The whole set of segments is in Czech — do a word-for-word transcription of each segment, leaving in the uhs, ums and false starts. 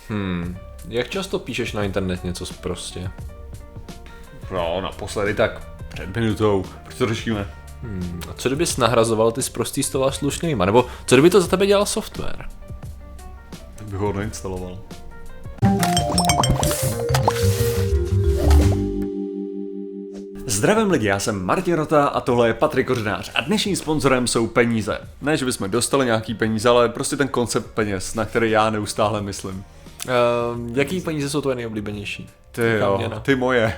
Hmm, jak často píšeš na internet něco prostě? No, naposledy tak před minutou, proč to řešíme? Hmm, a co kdybys nahrazoval ty sprostý slova slušnýma? Nebo co kdyby to za tebe dělal software? Tak bych ho neinstaloval. Zdravím lidi, já jsem Martin Rota a tohle je Patrik Kořenář a dnešním sponzorem jsou peníze. Ne, že bychom dostali nějaký peníze, ale prostě ten koncept peněz, na který já neustále myslím. Uh, jaký peníze jsou tvoje nejoblíbenější? Ty jo, ty moje.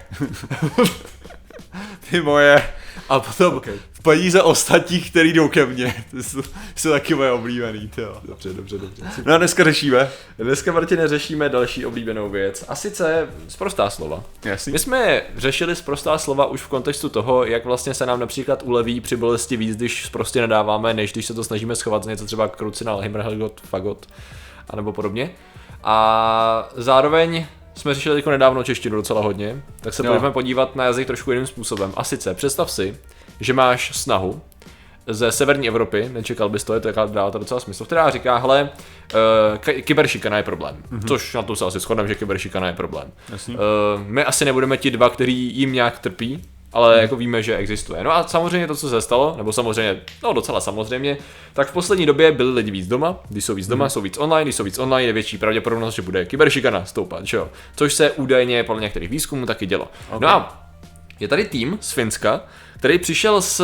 Ty moje. A potom okay. Peníze ostatních, který jdou ke mně. To jsou, jsou taky moje oblíbený, tyjo. Dobře, dobře, dobře. No a dneska řešíme. Dneska, Martine, řešíme další oblíbenou věc. A sice sprostá slova. Jasný. My jsme řešili sprostá slova už v kontextu toho, jak vlastně se nám například uleví při bolesti víc, když prostě nadáváme, než když se to snažíme schovat z něco třeba krucinál, himmelhelgot, fagot, anebo podobně. A zároveň jsme řešili jako nedávno češtinu docela hodně, tak se pojďme podívat na jazyk trošku jiným způsobem. A sice představ si, že máš snahu ze severní Evropy, nečekal bys to, je to dává to docela smysl, která říká, hele, uh, kyberšikana je problém, mm-hmm. což na to se asi shodneme, že kyberšikana je problém. Uh, my asi nebudeme ti dva, který jim nějak trpí, ale hmm. jako víme, že existuje. No a samozřejmě to, co se stalo, nebo samozřejmě, no docela samozřejmě, tak v poslední době byli lidi víc doma, když jsou víc doma, hmm. jsou víc online, když jsou víc online, je větší pravděpodobnost, že bude kyberšikana stoupat, že jo? Což se údajně podle některých výzkumů taky dělo. Okay. No a je tady tým z Finska, který přišel s,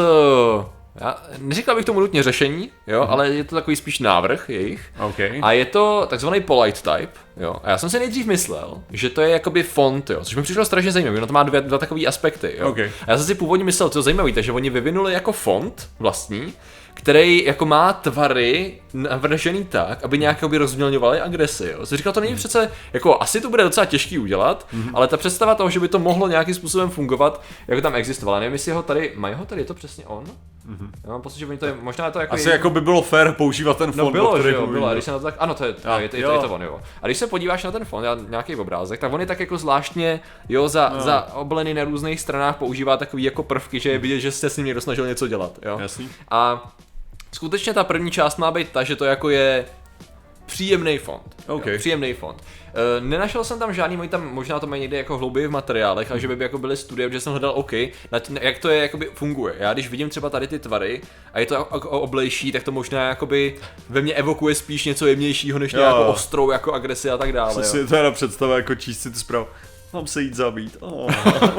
já neříkal bych tomu nutně řešení, jo, hmm. ale je to takový spíš návrh jejich. Okay. A je to takzvaný polite type, jo. A já jsem si nejdřív myslel, že to je jakoby font, jo, což mi přišlo strašně zajímavé. Ono to má dvě, dva takové aspekty, jo. Okay. A já jsem si původně myslel, co zajímavé, takže oni vyvinuli jako font vlastní, který jako má tvary navržený tak, aby nějak rozmělňovaly agresi, jo. Jsem říkal, to není hmm. přece, jako asi to bude docela těžký udělat, hmm. ale ta představa toho, že by to mohlo nějakým způsobem fungovat, jako tam existovala. Nevím, jestli ho tady, mají ho tady, je to přesně on? Mm-hmm. Já mám pocit, že oni to je, možná je to jako... Asi jako by bylo fér používat ten fond, no bylo, který že jo, bylo, a když se na to tak, ano, to je, to, je, je, to, je, to, je to on, jo. A když se podíváš na ten fond, nějaký obrázek, tak on je tak jako zvláštně, jo, za, no. za obleny na různých stranách používá takový jako prvky, že je vidět, že se s ním někdo snažil něco dělat, jo. Jasný. A skutečně ta první část má být ta, že to jako je příjemný font. Okay. Jo, příjemný font. E, nenašel jsem tam žádný, můj tam možná to mají někde jako hlouběji v materiálech, a že by jako byly studie, že jsem hledal OK, jak to je, jakoby funguje. Já když vidím třeba tady ty tvary a je to oblejší, tak to možná jakoby ve mně evokuje spíš něco jemnějšího, než nějakou ostrou jako agresi a tak dále. Co si teda představa jako číst si tu zprávu. Mám se jít zabít. Oh.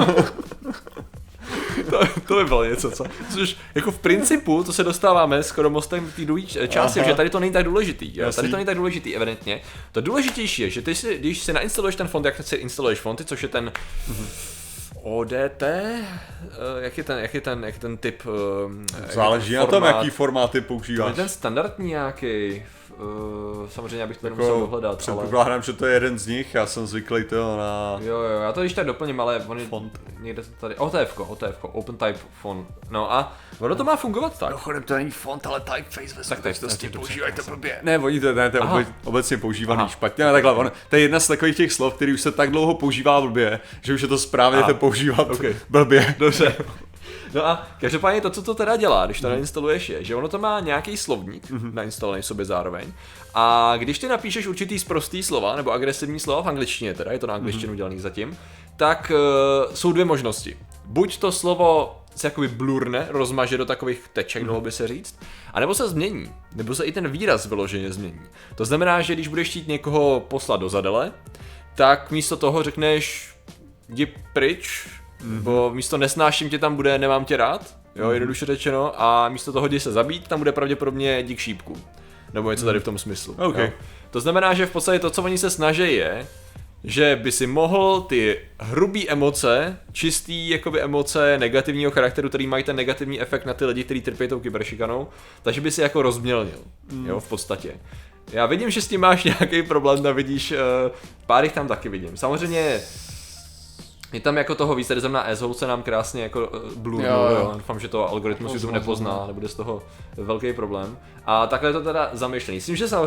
To, to by bylo něco, co? Což jako v principu, to se dostáváme skoro mostem k té druhé části, že tady to není tak důležitý, jo? Tady to není tak důležitý, evidentně. To důležitější je, že ty si, když si nainstaluješ ten font, jak si instaluješ fonty, což je ten O D T, jak je ten, jak je ten, jak je ten typ. Záleží na tom, jaký formáty používáš. To je ten standardní nějaký. Uh, samozřejmě abych to jako musel dohledat, předpokládám, ale... že to je jeden z nich, já jsem zvyklý to na... Jo, jo, já to když tak doplním, ale on font. Někde to tady, O T F ko, O T F ko, Open Type Font, no a ono to má fungovat tak. No chodem, to není font, ale typeface ve skutečnosti používají to blbě. Ne, oni to, ne, to je obec, obecně používaný Aha. špatně, ale takhle, on, to je jedna z takových těch slov, který už se tak dlouho používá blbě, že už je to správně to používat okay. blbě. Dobře. No a každopádně to, co to teda dělá, když to nainstaluješ, je, že ono to má nějaký slovník mm-hmm. nainstalovaný sobě zároveň. A když ty napíšeš určitý sprostý slova, nebo agresivní slova v angličtině teda, je to na angličtinu mm-hmm. dělaný zatím, tak uh, jsou dvě možnosti. Buď to slovo se jakoby blurne, rozmaže do takových teček, mm-hmm. dalo by se říct, anebo se změní, nebo se i ten výraz vyloženě změní. To znamená, že když budeš chtít někoho poslat do zadele, tak místo toho řekneš jdi pryč, Mm-hmm. bo místo nesnáším tě tam bude nemám tě rád, jo, jednoduše řečeno, a místo toho jdi se zabít, tam bude pravděpodobně dík šípku. Nebo něco tady v tom smyslu. Okay. Jo. To znamená, že v podstatě to, co oni se snaží, je, že by si mohl ty hrubý emoce, čistý jakoby emoce negativního charakteru, který mají ten negativní efekt na ty lidi, kteří trpí tou kyberšikanou, takže by si jako rozmělnil, mm. jo, v podstatě. Já vidím, že s tím máš nějaký problém, a vidíš, uh, pár jich tam taky vidím. Samozřejmě je tam jako toho víc, tady znamená asshole se nám krásně jako blurnul, doufám, že to algoritmus YouTube nepozná, nebude z toho velký problém. A takhle je to teda zamýšlený. Myslím, že samozřejmě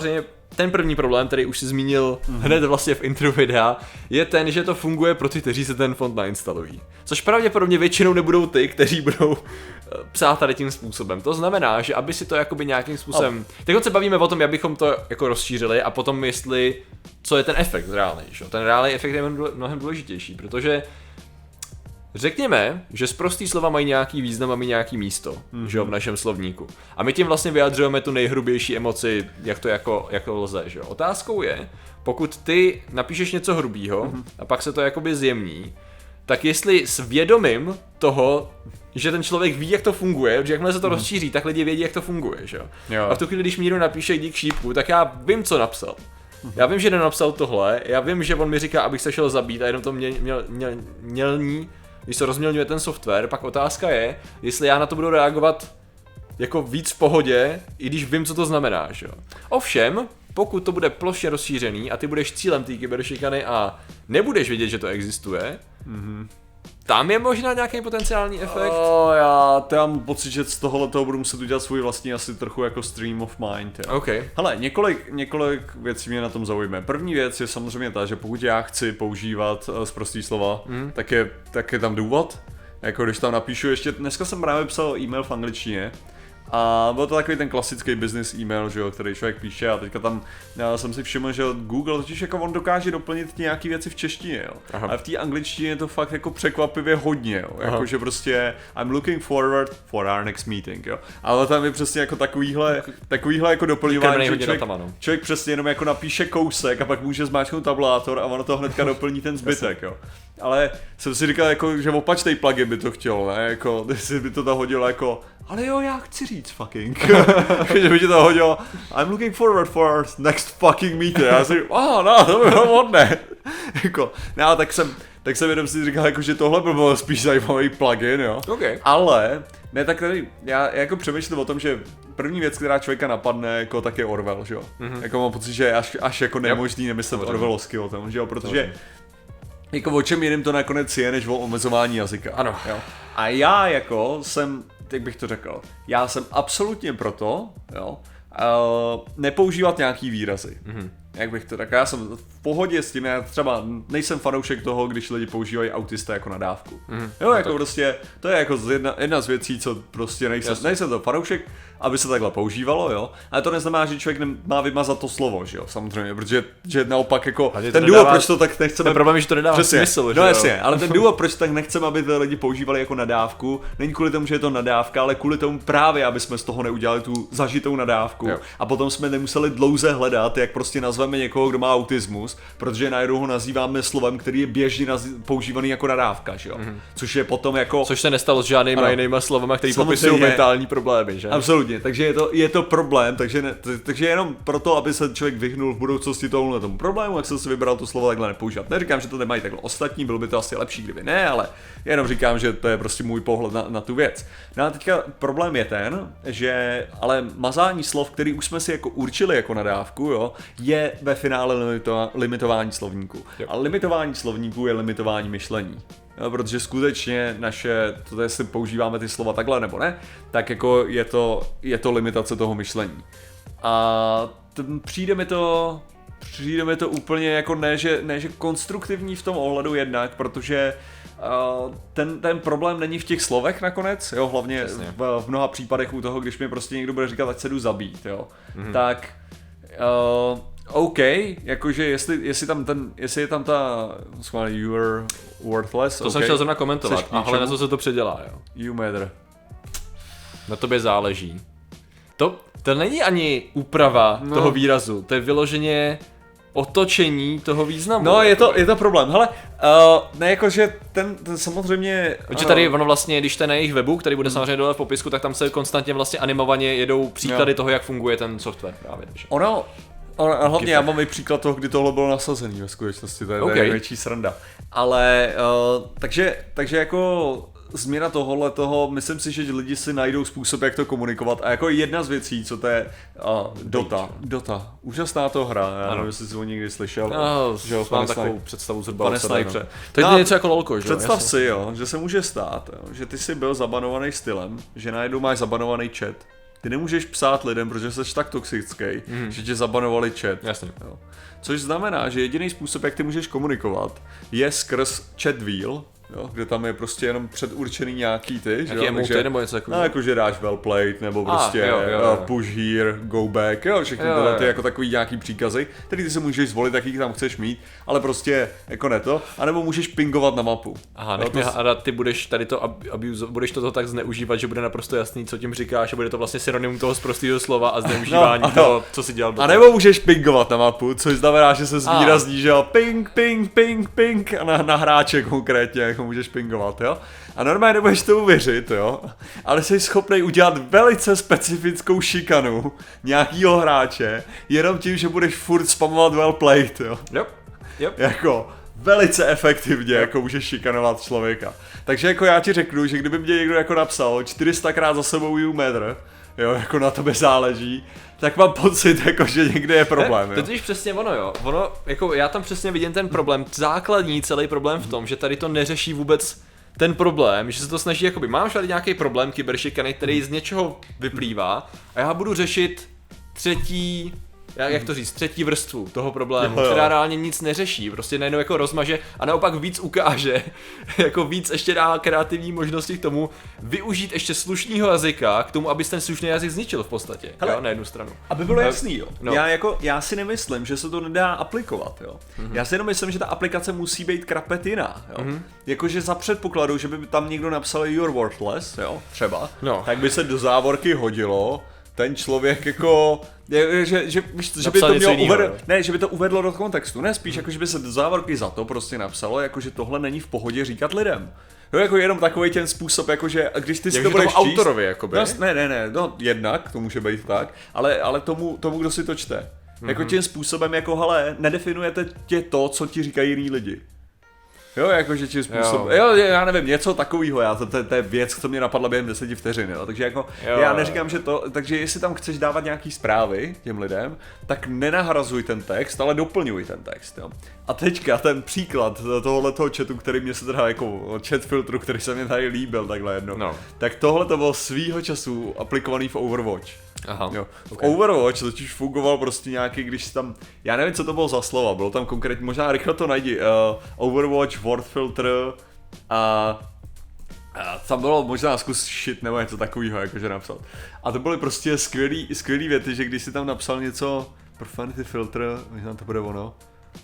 ten první problém, který už si zmínil mm-hmm. hned vlastně v intro videa, je ten, že to funguje pro ty, kteří se ten font nainstalují. Což pravděpodobně většinou nebudou ty, kteří budou psát tady tím způsobem. To znamená, že aby si to jakoby nějakým způsobem... Oh. Teď se bavíme o tom, jak bychom to jako rozšířili a potom jestli, co je ten efekt reálný. Že? Ten reálný efekt je mnohem důležitější, protože řekněme, že sprostý slova mají nějaký význam a mají nějaký místo, mm-hmm. že jo, v našem slovníku. A my tím vlastně vyjadřujeme tu nejhrubější emoci, jak to jako, jako lze, že jo. Otázkou je, pokud ty napíšeš něco hrubýho mm-hmm. a pak se to jakoby zjemní, tak jestli s vědomím toho, že ten člověk ví, jak to funguje, že jakmile se to mm-hmm. rozšíří, tak lidi vědí, jak to funguje, že jo. jo. A v tu chvíli, když mi někdo napíše jdi k šípku, tak já vím, co napsal. Mm-hmm. Já vím, že nenapsal tohle, já vím, že on mi říká, abych se šel zabít a jenom to měl, měl, měl, mělní, když se rozmělňuje ten software, pak otázka je, jestli já na to budu reagovat jako víc v pohodě, i když vím, co to znamená, že jo. Ovšem, pokud to bude plošně rozšířený a ty budeš cílem té kyberšikany a nebudeš vědět, že to existuje, mm-hmm. tam je možná nějaký potenciální efekt. Oh, já, já mám pocit, že z tohohle toho budu muset udělat svůj vlastní asi trochu jako stream of mind. Jo. Okay. Hele, několik, několik věcí mě na tom zaujme. První věc je samozřejmě ta, že pokud já chci používat uh, sprostý slova, mm. tak, je, tak je tam důvod. Jako když tam napíšu ještě, dneska jsem právě psal e-mail v angličtině. A byl to takový ten klasický business e-mail, že jo, který člověk píše a teďka tam já jsem si všiml, že Google totiž jako on dokáže doplnit nějaký věci v češtině, jo. Aha. Ale v té angličtině je to fakt jako překvapivě hodně, jo. Jako, že prostě I'm looking forward for our next meeting, jo. Ale tam je přesně jako takovýhle, takovýhle jako doplňování, že člověk, člověk přesně jenom jako napíše kousek a pak může zmáčknout tabulátor a ono to hnedka doplní ten zbytek, jo. Ale jsem si říkal, jako, že opačný plugin by to chtěl, ne, jako, jestli by to tam hodilo jako, ale jo, já chci říct fucking, že by ti to hodilo, I'm looking forward for our next fucking meeting, já si říkal, oh, no, to by bylo hodné, jako, no, tak jsem, tak jsem jenom si říkal, jako, že tohle by bylo spíš zajímavý plugin, jo, okay. Ale, ne, tak tady, já, já jako přemýšlím o tom, že první věc, která člověka napadne, jako, tak je Orwell, že jo, mm-hmm. jako mám pocit, že je až, až jako nemožný nemyslet Orwellovsky o tom, že jo, protože jako o čem jiným to nakonec je, než o omezování jazyka. Ano. Jo. A já jako jsem, jak bych to řekl, já jsem absolutně proto, jo, uh, nepoužívat nějaký výrazy. Mm-hmm. Jak bych to řekl, já jsem v pohodě s tím, já třeba nejsem fanoušek toho, když lidi používají autisté jako nadávku. Mm-hmm. Jo, no jako tak. Prostě, to je jako jedna, jedna z věcí, co prostě nejsem, nejsem to fanoušek, aby se takhle používalo, jo. Ale to neznamená, že člověk má vymazat to slovo, že jo, samozřejmě, protože že naopak jako ten důvod, proč to tak nechceme. Ten problém je, že to nedává přesně, smysl, že no jo. jasně, ale ten důvod, proč tak nechceme, aby ty lidi používali jako nadávku, není kvůli tomu, že je to nadávka, ale kvůli tomu právě, aby jsme z toho neudělali tu zažitou nadávku. Jo. A potom jsme nemuseli dlouze hledat, jak prostě nazveme někoho, kdo má autismus, protože najednou ho nazýváme slovem, který je běžně nazý, používaný jako nadávka, že jo. Mm-hmm. Což je potom jako což se nestalo s žádnýma jinýma slovama, který popisují mentální problémy, že? Absolutně, takže je to, je to problém, takže, ne, takže jenom proto, aby se člověk vyhnul v budoucnosti tomuhle tomu problému, jak jsem si vybral to slovo takhle nepoužívat. Neříkám, že to nemají takhle ostatní, bylo by to asi lepší, kdyby ne, ale jenom říkám, že to je prostě můj pohled na, na tu věc. No a teďka problém je ten, že ale mazání slov, který už jsme si jako určili jako nadávku, jo, je ve finále limito, limitování slovníku. Jo. A limitování slovníku je limitování myšlení. Jo, protože skutečně naše, to jestli používáme ty slova takhle nebo ne, tak jako je to, je to limitace toho myšlení. A t- přijde mi to, přijde mi to úplně jako ne že, ne, že konstruktivní v tom ohledu jednak, protože uh, ten, ten problém není v těch slovech nakonec, jo, hlavně v, v mnoha případech u toho, když mi prostě někdo bude říkat, ať se jdu zabít, jo, mm-hmm. tak uh, OK, jakože jestli, jestli tam ten, jestli je tam ta, schválně, you are worthless, to okay. jsem chtěl zrovna komentovat, ale na co se to předělá, jo. You matter. Na tobě záleží. To, to není ani úprava no. toho výrazu, to je vyloženě otočení toho významu. No, je to, je to problém. Hele, uh, ne jakože ten, ten samozřejmě... Protože tady ono vlastně, když to je na jejich webu, který bude samozřejmě dole v popisku, tak tam se konstantně vlastně animovaně jedou příklady jo. toho, jak funguje ten software právě. Ono... A hlavně já mám i příklad toho, kdy tohle bylo nasazený ve skutečnosti, to je okay. největší sranda. Ale, uh, takže, takže jako změna tohohle toho, myslím si, že lidi si najdou způsob, jak to komunikovat. A jako jedna z věcí, co to je uh, Dota. Dota. Úžasná to hra, já nevím, jestli jsi ho někdy slyšel. No, že jo, mám takovou představu zhruba o sebe. No. To je no, něco jako lolko, že jo? Představ jasný. si, jo, že se může stát, jo, že ty jsi byl zabanovaný stylem, že najednou máš zabanovaný chat. ty nemůžeš psát lidem, protože jsi tak toxický, mm. že tě zabanovali chat. Jasně. Jo. Což znamená, že jediný způsob, jak ty můžeš komunikovat, je skrz chat wheel, jo, kde tam je prostě jenom předurčený nějaký ty, že jo, takže, nebo něco takového. No, jako že dáš well played, nebo ah, prostě jo, jo, jo. push here, go back, jo, všechny jo, tyhle jo. ty jako takový nějaký příkazy, který ty se můžeš zvolit, jaký tam chceš mít, ale prostě jako ne to, anebo můžeš pingovat na mapu. Aha, nech mě hádat, ty budeš tady to abuse, budeš to tak zneužívat, že bude naprosto jasný, co tím říkáš, a bude to vlastně synonymum toho prostého slova a zneužívání no, toho, co si dělal. A nebo můžeš pingovat na mapu, což znamená, že se zvýrazní, že jo, ping, ping, ping, ping a na, na hráče konkrétně, jako můžeš pingovat, jo. A normálně nebudeš to uvěřit, jo, ale jsi schopný udělat velice specifickou šikanu nějakýho hráče, jenom tím, že budeš furt spamovat well played, jo. Yep. Yep. Jako velice efektivně, yep. jako můžeš šikanovat člověka. Takže jako já ti řeknu, že kdyby mě někdo jako napsal čtyři sta krát za sebou you matter, jo, jako na tobě záleží, tak mám pocit, jako, že někde je problém. Ne, to totiž přesně ono, jo. Ono, jako já tam přesně vidím ten problém, základní celý problém v tom, že tady to neřeší vůbec ten problém, že se to snaží, jakoby, mám tady nějaký problém kyberšikany, který z něčeho vyplývá a já budu řešit třetí, jak to říct, třetí vrstvu toho problému, jo, jo. která reálně nic neřeší, prostě najednou jako rozmaže a naopak víc ukáže, jako víc ještě dá kreativní možnosti k tomu využít ještě slušného jazyka k tomu, abys ten slušný jazyk zničil v podstatě, hele, jo, na jednu stranu. Aby bylo jasný, jo. No. Já, jako, já si nemyslím, že se to nedá aplikovat, jo. Mm-hmm. Já si jenom myslím, že ta aplikace musí být krapet jiná, jo. Mm-hmm. Jakože za předpokladu, že by tam někdo napsal you're worthless, jo, třeba, no. tak by se do závorky hodilo, ten člověk jako, že, že, že, že by to mělo uvedl, ne, že by to uvedlo do kontextu, ne, spíš hmm. jako, že by se do závorky za to prostě napsalo, jako, že tohle není v pohodě říkat lidem. No, jako jenom takový ten způsob, jakože, když ty si jak to budeš číst, autorovi, jakoby. No, ne, ne, ne, no jednak, to může být tak, ale, ale tomu, tomu, kdo si to čte. Mm-hmm. Jako tím způsobem, jako, hele, nedefinujete tě to, co ti říkají jiný lidi. Jo, jakože tím způsobem, jo. jo, já nevím, něco takového, já, to, to, to je věc, co mě napadla během deseti vteřin, jo, takže jako, jo, já neříkám, že to, takže jestli tam chceš dávat nějaký zprávy těm lidem, tak nenahrazuj ten text, ale doplňuj ten text, jo. A teďka ten příklad tohohletoho chatu, který mě se teda jako chat filtru, který se mi tady líbil takhle jedno, no. tak tohle to bylo svýho času aplikovaný v Overwatch. Aha, jo. V okay. Overwatch totiž fungoval prostě nějaký, když tam, já nevím, co to bylo za slova, bylo tam konkrétně, možná rychle to najdi, uh, Overwatch, word filter a, a tam bylo možná zkus shit nebo něco takového, jakože napsat. A to byly prostě skvělý, skvělý věty, že když si tam napsal něco, profanity filter, možná to bude ono,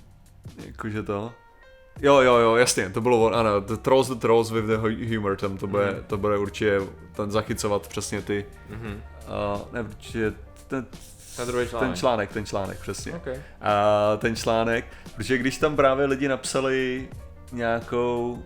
jakože to. Jo, jo, jo, jasně, to bylo, ano, the trolls, the trolls with the humor, tam to bude, mm. to bude určitě ten zachycovat přesně ty, mm-hmm. uh, ne, určitě ten, ten, článek. ten článek, ten článek, přesně. Okay. Uh, ten článek, protože když tam právě lidi napsali nějakou,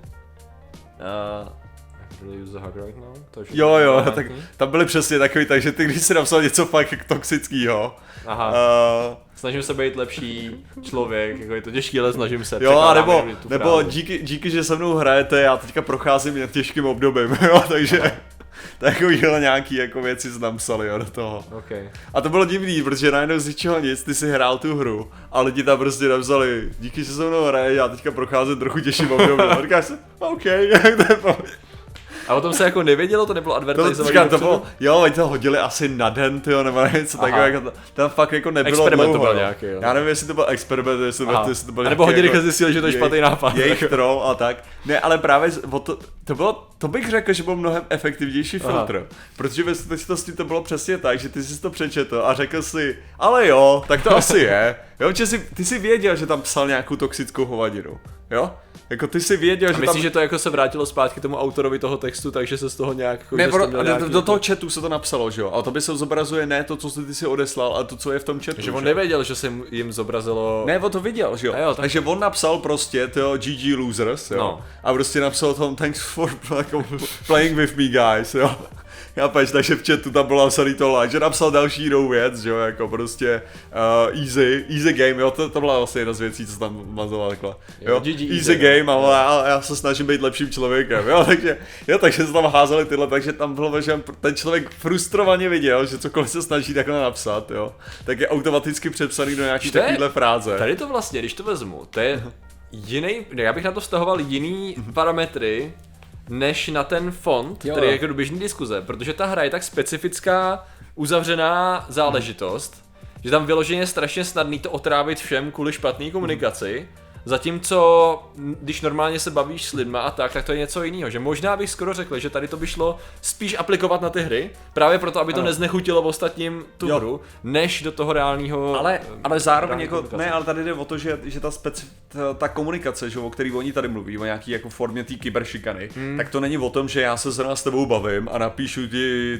uh, Use the hug right now? To jo, jo, tak tam byly přesně takový, takže ty když jsi napsal něco fakt toxickýho. Aha. Uh, snažím se být lepší člověk, jako je to těžký, ale snažím se. Jo, a nebo, nebo díky, díky, že se mnou hrajete, já teďka procházím těžkým obdobím, jo, takže takovýhle nějaký jako věci jsme napsali, jo, do toho. Okay. A to bylo divný, protože najednou z ničeho nic, ty si hrál tu hru a lidi tam prostě napsali, díky, že se mnou hraje, já teďka procházím trochu těžším obdobím. A říkáš si, OK, jak to je to? A o tom se jako nevědělo, to nebylo advertisované. To, to bylo, jo, oni to hodili asi na den, tyjo, nebo něco takového, jako tam fakt jako nebylo experiment dlouho. To byl nějaký, jo. Já nevím, jestli to byl experiment, jestli to byl, jestli to byl a nebo hodili, když zjistili, že to je špatný nápad. Jejich troll a tak. Ne, ale právě to, to bylo, to bych řekl, že byl mnohem efektivnější filtr. Aha. Protože ve skutečnosti to bylo přesně tak, že ty jsi to přečetl a řekl si, ale jo, tak to asi je. Jo, že jsi, ty jsi věděl, že tam psal nějakou toxickou hovadinu, jo? Jako ty si věděl, a že myslíš, tam... že to jako se vrátilo zpátky tomu autorovi toho textu, takže se z toho nějak... Jako, ne, pro, do, nějaký... do toho chatu se to napsalo, že jo? A to by se zobrazuje ne to, co ty si odeslal, ale to, co je v tom chatu. Že on že? nevěděl, že se jim zobrazilo... Ne, on to viděl, že jo? jo tak... Takže on napsal prostě, tyjo, G G losers, jo? No. A prostě napsal tom thanks for jako, playing with me guys, jo? Chápeš, takže v chatu tam bylo napsaný tohle, že napsal další jinou věc, že jo, jako prostě uh, easy, easy game, jo, to, to byla vlastně jedna z věcí, co tam mazoval takhle, jo, jo G G, easy, easy game, ale já, já se snažím být lepším člověkem, jo, takže, jo, takže se tam házeli tyhle, takže tam bylo, že ten člověk frustrovaně viděl, že cokoliv se snaží takhle napsat, jo, tak je automaticky přepsaný do nějaký takovýhle fráze. Tady to vlastně, když to vezmu, to je jiný, já bych na to vztahoval jiný parametry, než na ten font, Jo. který je jako do běžný diskuze, protože ta hra je tak specifická, uzavřená záležitost, že tam vyloženě je strašně snadný to otrávit všem kvůli špatné komunikaci, zatímco když normálně se bavíš s lidma a tak, tak to je něco jiného, že možná bych skoro řekl, že tady to by šlo spíš aplikovat na ty hry, právě proto, aby to ano. neznechutilo ostatním tu Jo. hru, než do toho reálného. Ale, ale zároveň jako, komunikace. ne, ale tady jde o to, že, že ta, speci, ta, ta komunikace, že, o který oni tady mluví, o nějaký jako formě té kyberšikany, hmm. tak to není o tom, že já se zrovna s tebou bavím a napíšu ti,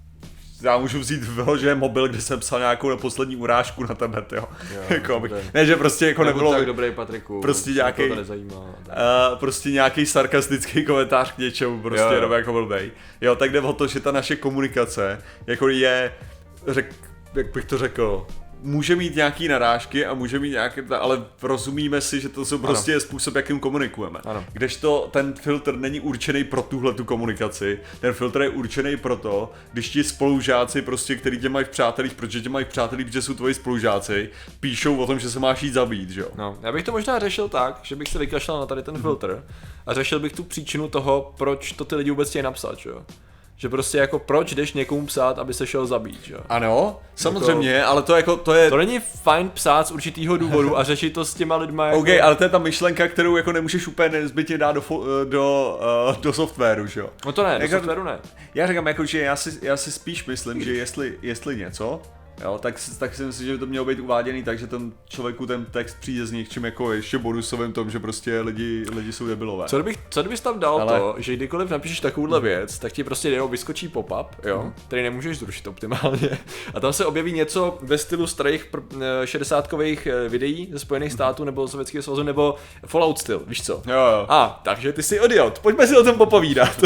já můžu vzít vyložený mobil, kde jsem psal nějakou poslední urážku na tebe, jo. Jo, jako, abych, dobré. ne, že prostě jako Nebudu nebylo, tak dobrý, Patriku, prostě mě nějaký, to nezajímá. Uh, prostě nějaký sarkastický komentář k něčemu, prostě Jo, jo. jenom jako blbej. Jo, tak jde o to, že ta naše komunikace, jako je, řek, jak bych to řekl, může mít nějaký narážky a může mít nějaké, ale rozumíme si, že to jsou prostě ano. způsob, jakým komunikujeme. Ano. Kdežto ten filtr není určený pro tuhle tu komunikaci, ten filtr je určený pro to, když ti spolužáci prostě, který tě mají v přátelích, protože tě mají v přátelích, protože jsou tvoji spolužáci, píšou o tom, že se máš jít zabít, že jo. No, já bych to možná řešil tak, že bych se vykašlal na tady ten filtr a řešil bych tu příčinu toho, proč to ty lidi vůbec chtějí napsat, že jo. Že prostě jako proč jdeš někomu psát, aby se šel zabít, že jo? Ano, samozřejmě, jako, ale to jako, to je... To není fajn psát z určitýho důvodu a řešit to s těma lidma jako... OK, ale to je ta myšlenka, kterou jako nemůžeš úplně nezbytně dát do, do, uh, do softwaru, že jo? No to ne, do jako, softwaru ne. Já říkám jako, že já si, já si spíš myslím, že jestli, jestli něco, jo, tak, tak si myslím, že by to mělo být uváděný tak, že ten člověku ten text přijde s něčím jako ještě bonusovým tom, že prostě lidi, lidi jsou debilové. Co kdybych, co kdybys tam dal Ale... to, že kdykoliv napíšeš takovouhle věc, tak ti prostě jenom vyskočí pop-up, jo, mm. který nemůžeš zrušit optimálně. A tam se objeví něco ve stylu starých šedesátkových videí ze Spojených států nebo Sovětského svazu nebo Fallout styl, víš co? Jo, jo. A, takže ty jsi idiot, pojďme si o tom popovídat.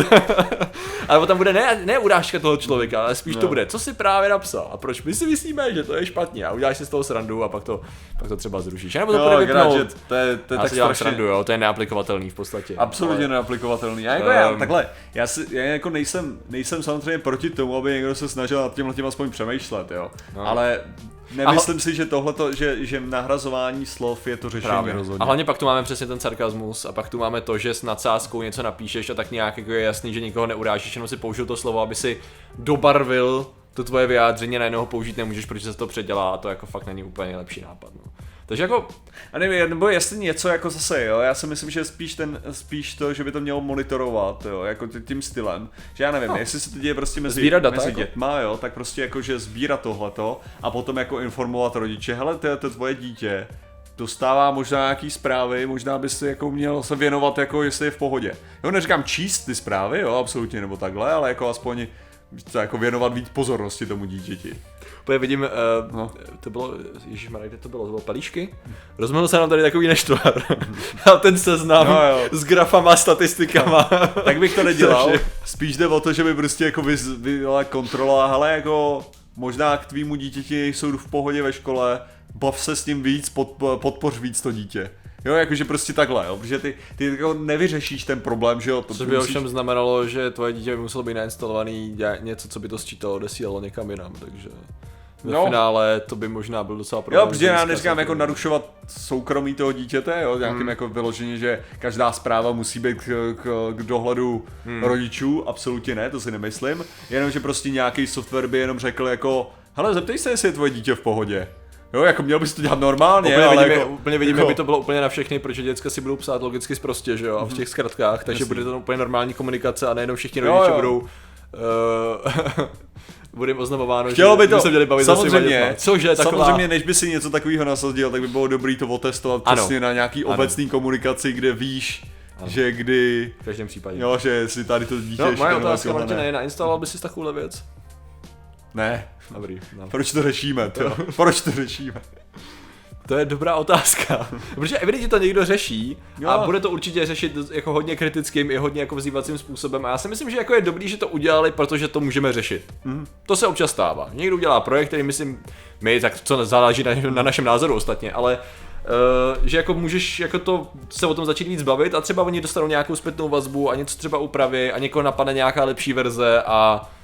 Ale tam bude ne, ne urážka toho člověka, ale spíš no. to bude, co jsi právě napsal a proč my si myslíme, že to je špatně a uděláš si z toho srandu a pak to, pak to třeba zrušíš. A nebo to no, bude vypnout. Že to je, to je tak strašně... srandu, jo, to je neaplikovatelný v podstatě. Absolutně ale... neaplikovatelný. Já jako um... já, takhle, já, si, já jako nejsem, nejsem samozřejmě proti tomu, aby někdo se snažil nad tímhle tím aspoň přemýšlet, jo. No. Ale nemyslím Aha. si, že tohleto, že, že nahrazování slov je to řešení Právě. rozhodně. A hlavně pak tu máme přesně ten sarkazmus a pak tu máme to, že s nadsázkou něco napíšeš a tak nějak jako je jasný, že nikoho neurážíš, jenom si použil to slovo, aby si dobarvil to tvoje vyjádření, najednou ho použít nemůžeš, protože se to předělá a to jako fakt není úplně lepší nápad. No. Takže jako... A nevím, nebo jestli něco jako zase, jo, já si myslím, že spíš ten, spíš to, že by to mělo monitorovat, jo, jako tím stylem, že já nevím, no. jestli se to děje prostě mezi, data, mezi jako. dětma, jo, tak prostě jako, že sbírat tohleto a potom jako informovat rodiče, hele, to je to tvoje dítě, dostává možná nějaký zprávy, možná by si jako měl se věnovat, jako jestli je v pohodě. Jo, neříkám číst ty zprávy, jo, absolutně, nebo takhle, ale jako aspoň to jako věnovat víc pozornosti tomu dítěti. Úplně vidím, uh, no. to bylo, ježišmarja, kde to bylo, to bylo Pelíšky? Rozmohl se nám tady takový neštvar. A ten seznam no, s grafama, statistikama. Tak bych to nedělal, spíš jde o to, že by prostě jako byla kontrola, ale jako možná k tvýmu dítěti jsou v pohodě ve škole, bav se s ním víc, podpoř víc to dítě. Jo, jakože prostě takhle, jo, protože ty, ty jako nevyřešíš ten problém, že jo. To což by musíš... ovšem znamenalo, že tvoje dítě by muselo být nainstalovaný něco, co by to sčítalo, odesílalo někam jinam, takže ve no. finále to by možná byl docela problém. Jo, protože já neříkám jako narušovat soukromí toho dítěte, jo, nějakým hmm. jako vyloženě, že každá zpráva musí být k, k, k dohledu hmm. rodičů, absolutně ne, to si nemyslím, jenom že prostě nějaký software by jenom řekl jako, hele, zeptej se, jestli je tvoje dítě v pohodě. Jo, jako měl bys to dělat normálně, úplně ale vidíme, jako, úplně vidíme, jako... by to bylo úplně na všechny, protože děcka si budou psát logicky sprostě, že jo, a v těch zkratkách, takže Jasný. Bude to úplně normální komunikace a nejenom všichni rodiče budou uh, bude jim oznamováno, Chtělo by to, by se měli bavit samozřejmě, cože, taková... samozřejmě, než by si něco takového nasadil, tak by bylo dobrý to otestovat přesně na nějaký ano. obecný komunikaci, kde víš, ano. že kdy... V každém případě. Jo, že si tady to dítě... No, moje otázka, Martine, nainstaloval bys si takovouhle věc? Ne. Dobrý. No. Proč to řešíme, to? Proč to řešíme? To je dobrá otázka, protože evidentně to někdo řeší jo. a bude to určitě řešit jako hodně kritickým i hodně jako vzývacím způsobem a já si myslím, že jako je dobrý, že to udělali, protože to můžeme řešit. Mm. To se občas stává. Někdo udělá projekt, který myslím, my, tak co záleží na, na našem názoru ostatně, ale uh, že jako můžeš jako to se o tom začít víc bavit a třeba oni dostanou nějakou zpětnou vazbu a něco třeba upraví a někoho napadne nějaká lepší verze a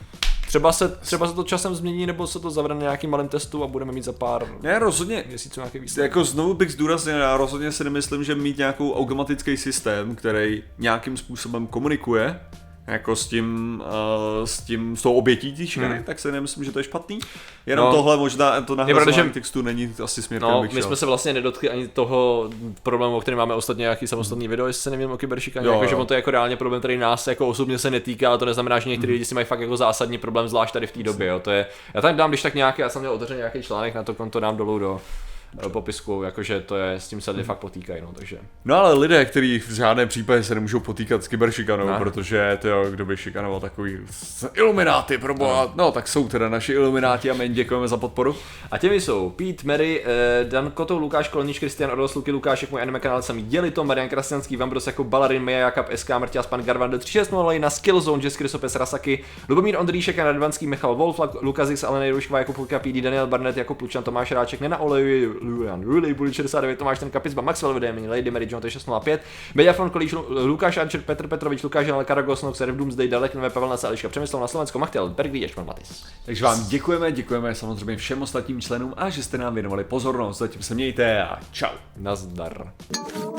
Třeba se, třeba se to časem změní, nebo se to zavede na nějakým malém testu a budeme mít za pár ne, rozhodně, měsíců nějaký výsledek. Jako znovu bych zdůraznil, já rozhodně si nemyslím, že mít nějakou automatický systém, který nějakým způsobem komunikuje, jako s tím, uh, s tím, s tou obětí té šikany, hmm. tak si nemyslím, že to je špatný. Jenom no, tohle možná, to nahrazování textu není asi směr, no, my jsme se vlastně nedotkli ani toho problému, o kterém máme ostatně nějaký samostatný video, jestli se nevím o kyberšikaně, jako, že on to je jako reálně problém, který nás jako osobně se netýká, ale to neznamená, že někteří hmm. lidi si mají fakt jako zásadní problém, zvlášť tady v té době, jo. To je, já tam dám, když tak nějaký, já jsem měl otevřený nějaký článek na to konto, dám dolů do popisku, jakože to je, s tím se lidi fakt potýkají, no, takže. No ale lidé, kteří v žádném případě se nemůžou potýkat s kyberšikanou, no. protože to, kdo by šikanoval takový ilumináty, proboha, no. no tak jsou teda naši ilumináti a my jim děkujeme za podporu. A těmi jsou Pete, Mary, eh, Dan Kotou, Lukáš Kolníč, Kristian Orlos, Luky Lukášek, můj anime kanál sami Dělito, Marian Krasňanský, Vambros jako Balarin, Meja Jakab, S K, Mrťas, Pan Garvan, tři šest nula na Skillzone, Jess Krysopes, Rasaky, Lubomír Ondříšek a Radvanský, Michal Wolf, Lukazix, Alena Jirušková, jako Pulka, P D, Daniel Barnett, jako Plučan, Tomáš Ráček, Nena Olej, Julian Rulej, Bully šedesát devět, Tomáš ten Kapicba, Maxwell Vedemini, Lady Mary John šest nula pět, Beďa Fon Kolíš, Lukáš Archer, Petr Petrovič, Lukáš Janel, Karagos, Nox, Rev Doomsday, Dalek, Nové, Pavel Nasa, Eliška Přemysl na Slovensko, Machtel, Berglí, Ješman Matis. Takže vám děkujeme, děkujeme samozřejmě všem ostatním členům a že jste nám věnovali pozornost. Zatím se mějte a čau. Nazdar.